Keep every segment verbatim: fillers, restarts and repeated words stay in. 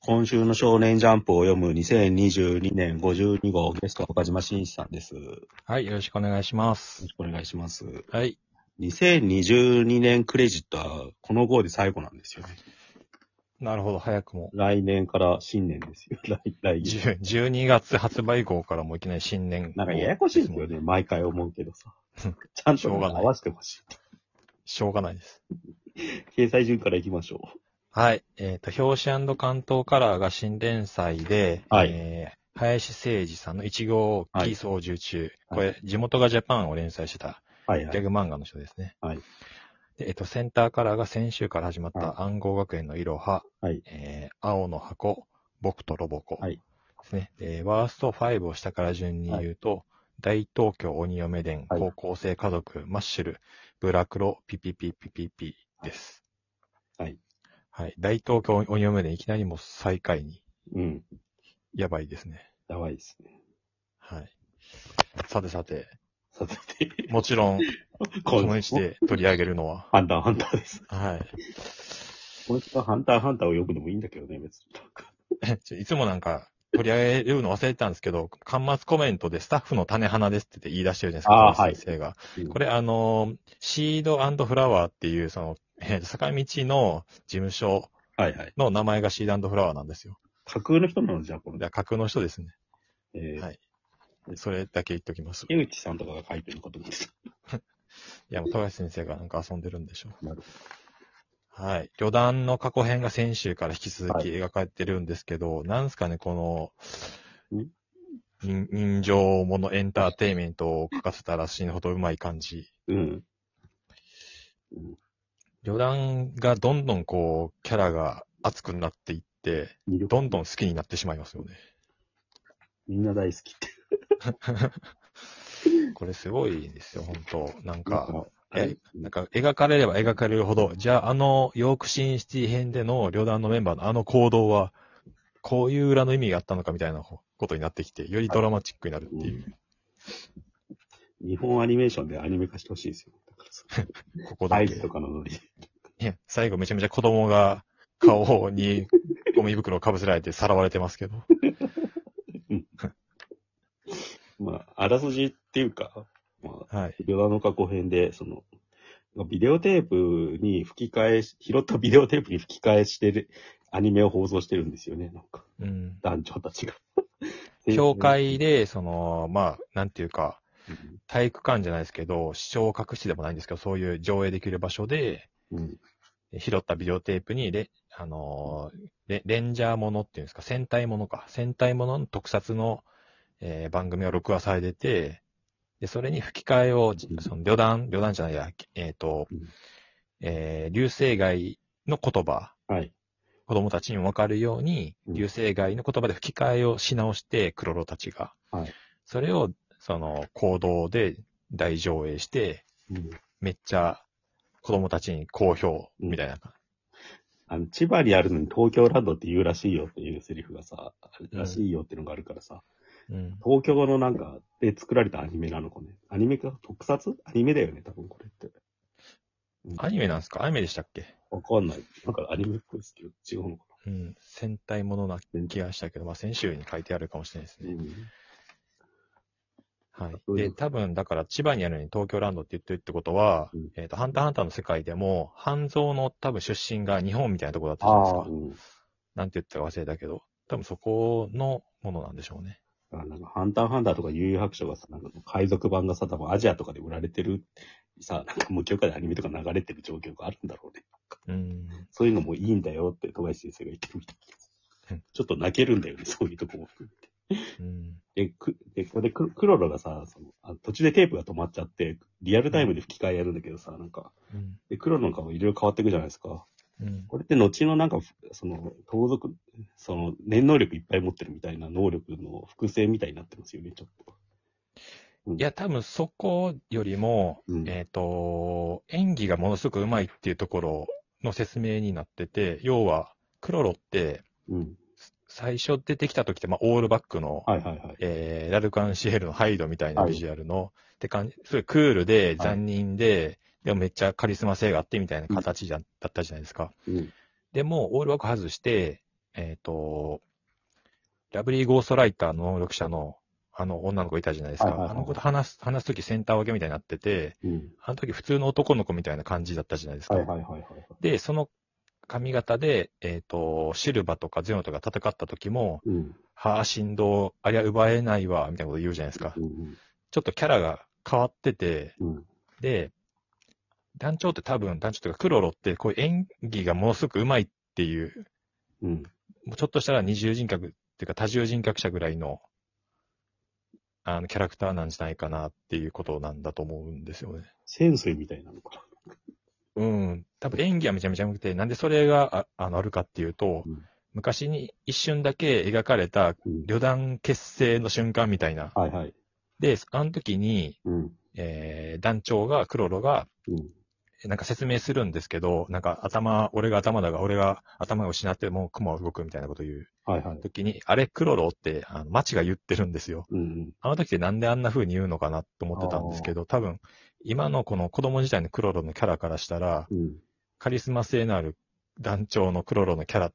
今週の少年ジャンプを読むにせんにじゅうにねんごじゅうにごうゲストは岡島真一さんです。よはい、よろしくお願いしまろす。 しくお願いします。 はい。 にせんにじゅうにねんクレジットはこの号で最後なんですよね。 なるほど、早くも。 来年から新年ですよ。来来月。 じゅうにがつ発売号からもいきなり新年号、 なんかややこしいんですよね。毎回思うけどさ。ちゃんと合わせてほしい。 しょうがないです。 掲載順からいきましょう。 はい。えっ、と、表紙関東カラーが新連載で、 はいえー、林誠二さんのいち号機操縦中、 はいこれ、地元がジャパンを連載してたはいはい。 ギャグ漫画の人ですね。 はい。 で、えっ、と、センターカラーが先週から始まっはいた暗号学園のいろは、 はい。 えー、青の箱、僕とロボコ。 はい。 ですね。で、ワーストごを下から順に言うと、大東京鬼嫁伝、 はい高校生家族、マッシュル、ブラクロ、ピピピピピピです。 はい。 はい。大東京鬼嫁伝、いきなりもう最下位に。 うん。 やばいですね。 やばいですね。 はい。さてさて、 さてて。 もちろん、この位置で取り上げるのは、 ハンターハンターです。 はい。 今週はハンターハンターを読むでもいいんだけどね、別に。 いつもなんか、取り上げるの忘れてたんですけど、端末コメントでスタッフの種花ですって言い出してるじゃないですか、 あー小林先生が。 はいうんこれあの、シード&フラワーっていう、その、えー坂道の事務所はいはい。 の名前がシード&フラワーなんですよ。 架空の人なのじゃあ、これ。 いや架空の人ですね。 えー、 はい。それだけ言っときます。い江内さんとかが書いてることです。 や、もう、富樫先生がなんか遊んでるんでしょう。 なるはい。旅団の過去編が先週から引き続き描かれてるんですけど、なんすかね、このん、 人人情ものエンターテインメントを書かせたら死ぬほどうまい感じ。 うん。うん旅団がどんどんこう、キャラが熱くなっていって、 魅力どんどん好きになってしまいますよね。 みんな大好きって。 これすごいですよ、本当なんなんか、 か、 え、なんか描かれれば描かれるほど、じゃああのヨークシーンシティ編での旅団のメンバーのあの行動は、こういう裏の意味があったのかみたいなことになってきて、よりドラマチックになるっていう。 日本アニメーションでアニメ化してほしいですよ。だからさここだけ。 合図とかのノリ。 いや、最後めちゃめちゃ子供が顔にゴミ袋をかぶせられてさらわれてますけど。 まあ、あらすじっていうか、まあ、 はい。 旅団の過去編で、その、ビデオテープに吹き替えし、拾ったビデオテープに吹き替えしてるアニメを放送してるんですよね、なんか。 うん。 男女たちが。 教会で、その、まあ、なんていうか、 うん体育館じゃないですけど、視聴覚室でもないんですけど、そういう上映できる場所で、 うん拾ったビデオテープにレ、あのーレ、レンジャーものっていうんですか、戦隊ものか、戦隊ものの特撮の、えー番組が録画されてて、で、それに吹き替えを、その旅団、旅団じゃないや、えっ、と、 うんえー、流星街の言葉、 はい。 子供たちにもわかるように、 うん流星街の言葉で吹き替えをし直して、クロロたちが。 はい。 それを、その、行動で大上映して、 うんめっちゃ子供たちに好評、みたいな。 あの、千葉にあるのに東京ランドって言うらしいよっていうセリフがさ、あるらしいよっていうのがあるからさ、 うん。 東京のなんか、で作られたアニメなのかね。アニメか特撮アニメだよね、多分これって。うんアニメなんですか？アニメでしたっけ？ わかんない。なんかアニメっぽいですけど、違うのかうん。戦隊ものな気がしたけど、まあ、先週に書いてあるかもしれないですな。 ね。 うん。 はい。 そういうで、多分、だから、千葉にあるのに東京ランドって言ってるってことは、 うんえっ、と、ハンターハンターの世界でも、半蔵の多分出身が日本みたいなところだったじゃないですああ、 か。 うん。 なんて言ったか忘れたけど、多分そこのものなんでしょうね。 あなんか、ハンターハンターとか悠々白書がさ、なんか海賊版がさ、多分アジアとかで売られてる、さ、なんか無許可でアニメとか流れてる状況があるんだろうね。 うん。 そういうのもいいんだよって、富樫先生が言ってるみたいうんちょっと泣けるんだよね、そういうとこも含めて。 うん。 で、く、で、ここでククロロがさ、そのあ途中でテープが止まっちゃって、リアルタイムで吹き替えやるんだけどさ、なんか、 うん。 で、クロロの顔いろいろ変わっていくじゃないですか。 うん。 これって後のなんか、その、盗賊、その、念能力いっぱい持ってるみたいな能力の複製みたいになってますよね、ちょっと。うんいや、多分そこよりも、 うんえっ、と、演技がものすごく上手いっていうところの説明になってて、要は、クロロって、 うん。 最初出てきた時って、まあ、オールバックの、 はいはいはい。 えー、ラルカンシエルのハイドみたいなビジュアルの、って感じ、すごいクールで、残忍で、でもめっちゃカリスマ性があってみたいな形じゃ、だったじゃないですか。 うん。 でも、オールバック外して、 えっ、と、ラブリーゴーストライターの能力者のあの女の子いたじゃないですか。 はいはいはいあの子と話す、話すときセンター分けみたいになってて、 うん。 あの時普通の男の子みたいな感じだったじゃないですか。 はいはいはいはい。 で、その髪型で、えっ、と、シルバとかゼノとか戦った時も、 うん。 はあ、振動、ありゃ奪えないわ、みたいなこと言うじゃないですか。 うんちょっとキャラが変わってて、 うん。うん。 で、団長って多分、団長というかクロロってこういう演技がものすごく上手いっていう、 うん。 もうちょっとしたら二重人格っていうか多重人格者ぐらいの、あの、キャラクターなんじゃないかなっていうことなんだと思うんですよね。 潜水みたいなのか。 うん。多分演技はめちゃめちゃ上手くて、なんでそれがああのあるかっていうと、 うん。 昔に一瞬だけ描かれたうん。 旅団結成の瞬間みたいな。 はいはい。 で、あの時に、 うん。 えー、団長が、クロロが、 うん。 なんか説明するんですけど、なんか頭、俺が頭だが、俺が頭を失ってもう雲は動くみたいなことを言うはいはい。 時に、あれ、クロロって、あの、マチが言ってるんですよ。 うんうん。 あの時ってなんであんな風に言うのかなと思ってたんですけど、多分、今のこの子供時代のクロロのキャラからしたら、 うん。 カリスマ性のある団長のクロロのキャラって、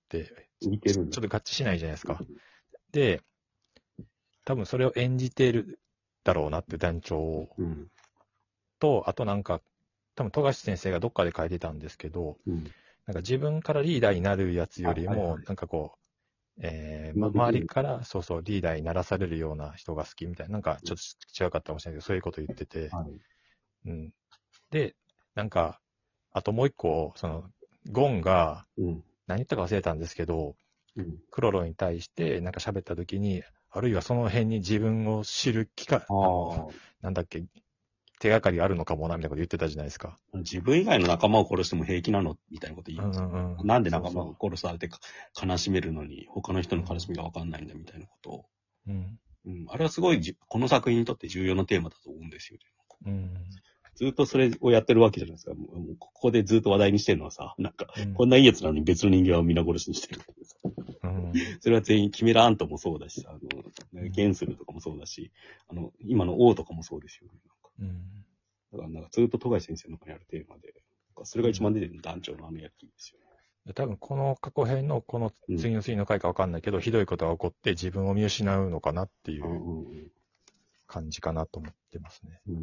ちょ似てるんだ。 っと合致しないじゃないですか。で、多分それを演じてるだろうなって団長うん。 と、あとなんか、多分富樫先生がどっかで書いてたんですけど、 うん。 なんか自分からリーダーになるやつよりも、 はいはいはいなんかこう、えーま、 今できる周りからそうそうリーダーにならされるような人が好きみたいな、なんかちょっと違うかったかもしれないけど、そういうこと言ってて、 はい。 うん。で、なんか、あともう一個、その、ゴンがうん。 何言ったか忘れたんですけど、 うん。 クロロに対してなんか喋った時に、あるいはその辺に自分を知る機会、あの、 あなんだっけ、手がかりあるのかもな、みたいなこと言ってたじゃないですか。 あ。自分以外の仲間を殺しても平気なのみたいなこと言います。 うんうんうん。 なんで仲間そうを殺されてか悲しめるのに、他の人の悲しみがわかんないんだみたいなことを。 そう。うん。 うん。あれはすごいじ、この作品にとって重要なテーマだと思うんですよね。 うん。 ずっとそれをやってるわけじゃないですか。もうもうここでずっと話題にしてるのはさ、なんか、 うんこんないいやつなのに別の人間を皆殺しにしてるっていうさ。 うん。 それは全員、キメラアントもそうだしさ、あの、 んゲンスルとかもそうだし、あの、今の王とかもそうですよね。なんかうん。 だからなんかずっと富樫先生の中にあるテーマで、なんかそれが一番出てるの団長のあのやつですよね。 で多分この過去編のこの次の次の回かわかんないけど、ひどいことが起こって自分を見失うのかなっていううんうん感じかなと思ってますね。 うん。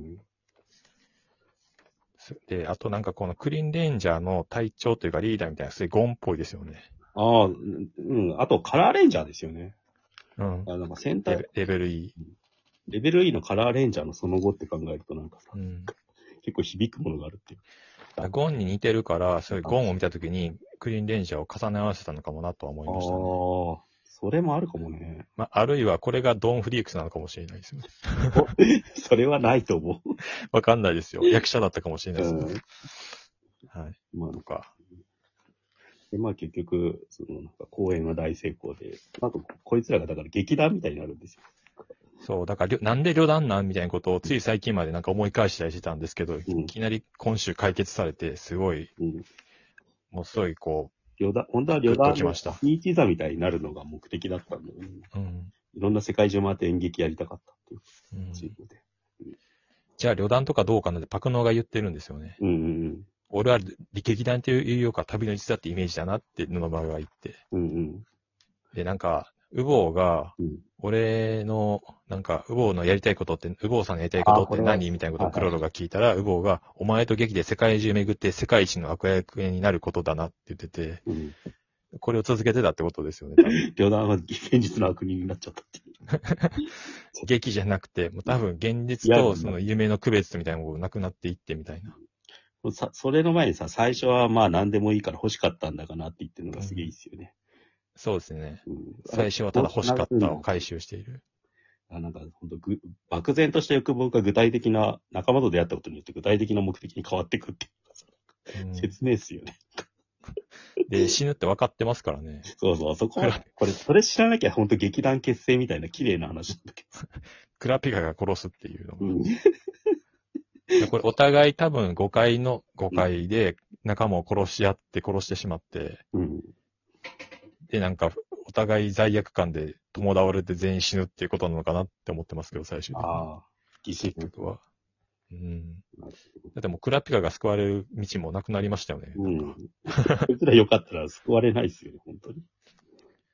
すで、あとなんかこのクリーンレンジャーの隊長というかリーダーみたいな、すごいゴンっぽいですよね。 ああ、うんうん。あとカラーレンジャーですよね。 うん。 あなんか戦隊レベ、レベル E。 レベル E のカラーレンジャーのその後って考えるとなんかさ、 うん。 結構響くものがあるっていう。 ゴンに似てるから、そういうゴンを見たときにクリーンレンジャーを重ね合わせたのかもなとは思いあましたね。 あ、それもあるかもね。 まあ、あるいはこれがドン・フリークスなのかもしれないですよね。 それはないと思わかんないですよ。役者だったかもしれなう。 いでうん。 すけど。はい。 まあとか。 で、まあ結局、そのなんか公演は大成功で、あとこいつらがだから劇団みたいになるんですよ。 そう、だからりょ、なんで旅団なんみたいなことをつい最近までなんか思い返したりしてたんですけど、 うんいきなり今週解決されて、すごい、 うん。 もうすごいこ旅団、本当は旅グッと団のきましたピーチ座みたいになるのが目的だったんだよね。 う、うん。 いろんな世界中回って演劇やりたかったっていううん、 チームで。 じゃあ旅団とかどうかなってパクノーが言ってるんですよね。 うんうん俺は劇団っていうよりか旅の一座ってイメージだなって布場が言って。 うん。うんで、なんか、ウボウが、 うん。うん。 俺の、なんか、ウボウのやりたいことって、ウボウさんのやりたいことってあこれは何みたいなことをはいはいクロロが聞いたら、ウボウが、お前と劇で世界中巡って世界一の悪役になることだなって言ってて、 うん。 これを続けてたってことですよね。多分旅団は現実の悪人になっちゃったっていう。 劇じゃなくて、もう多分現実いやとその夢の区別みたいなものがなくなっていってみたいな。 さ、それの前にさ、最初はまあ何でもいいから欲しかったんだかなって言ってるのがすげえいいっすよね。 そうですね。 うん、 最初はただ欲しかったを回収している。 あなんか、本当ぐ、漠然とした欲望が具体的な、仲間と出会ったことによって具体的な目的に変わっていくっていうかさ、 うん説明っすよね。 で、死ぬって分かってますからね。 そうそう、そこは、これ、それ知らなきゃ本当劇団結成みたいな綺麗な話なんだけど。 クラピカが殺すっていうのが。 うん。 でこれお互い多分誤解の誤解で仲間を殺し合って殺してしまって、 うん。 で、なんかお互い罪悪感で共倒れて全員死ぬっていうことなのかなって思ってますけど、最終的に。 ああ、疑心結局は。うん。 なるだってもうクラピカが救われる道もなくなりましたよね。 ほど。うなんかん。こいつらよかったら救われないっすよね、本当に。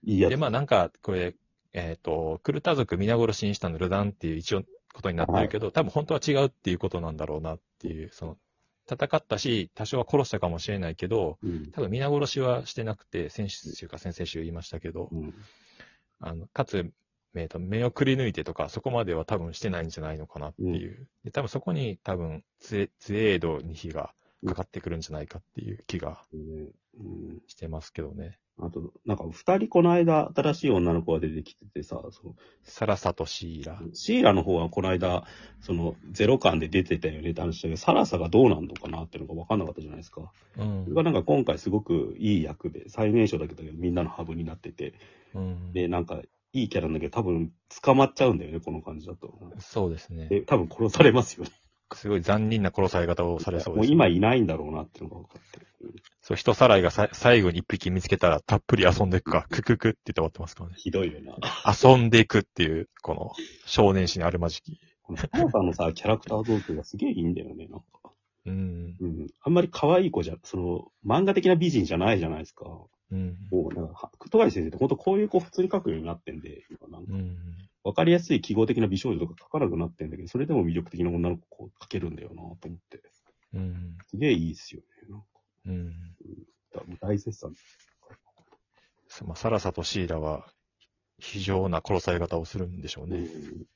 いいやつ。 で、まあなんか、これ、えっ、と、クルタ族皆殺しにしたのルダンっていう一応ことになってるけど、多分本当は違うっていうことなんだろうなっていう、その、戦ったし、多少は殺したかもしれないけど、 うん。 多分皆殺しはしてなくて、先週か先々週言いましたけど、 うん。 あの、かつ、えーと、目をくり抜いてとか、そこまでは多分してないんじゃないのかなっていう。で多分そこに多分、つえ度に火がかかってくるんじゃないかっていう気がうんうんしてますけどね。 あと、なんか二人この間新しい女の子が出てきててさ、そのサラサとシーラ。 シーラの方はこの間、そのゼロ感で出てたよねって話だけど、サラサがどうなんのかなっていうのが分かんなかったじゃないですか。 うんそれがなんか今回すごくいい役で、最年少だけどみんなのハブになってて、 うん、 で、なんかいいキャラなんだけど多分捕まっちゃうんだよね、この感じだと。 そうですね。 で、多分殺されますよね。 すごい残忍な殺され方をされそうです、ね。 もう今いないんだろうなっていうのが分かってる。 そう、人さらいがさ最後に一匹見つけたらたっぷり遊んでいくか、クククって言って終わってますからね。 ひどいよな。 遊んでいくっていう、この少年誌にあるまじき。 このサラさんのさ、キャラクター造形がすげえいいんだよね、なんか。 うん。 うん。あんまり可愛い子じゃ、その、漫画的な美人じゃないじゃないですか。 うん。 もう、なんか、戸谷先生って本当こういう子普通に描くようになってんで、今なんか、 うん。 わかりやすい記号的な美少女とか描かなくなってんだけど、それでも魅力的な女の子を描けるんだよなと思って。 うん。 すげえいいっすよね。なんかうん。 大絶賛。 まあ、サラサとシーラは、非常な殺され方をするんでしょうね。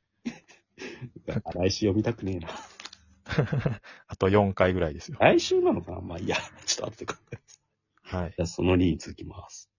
来週読みたくねえな。 あとよんかいぐらいですよ。 来週なのかなまあいいや、ちょっと後で考えます。 はい。 じゃあそのにに続きます。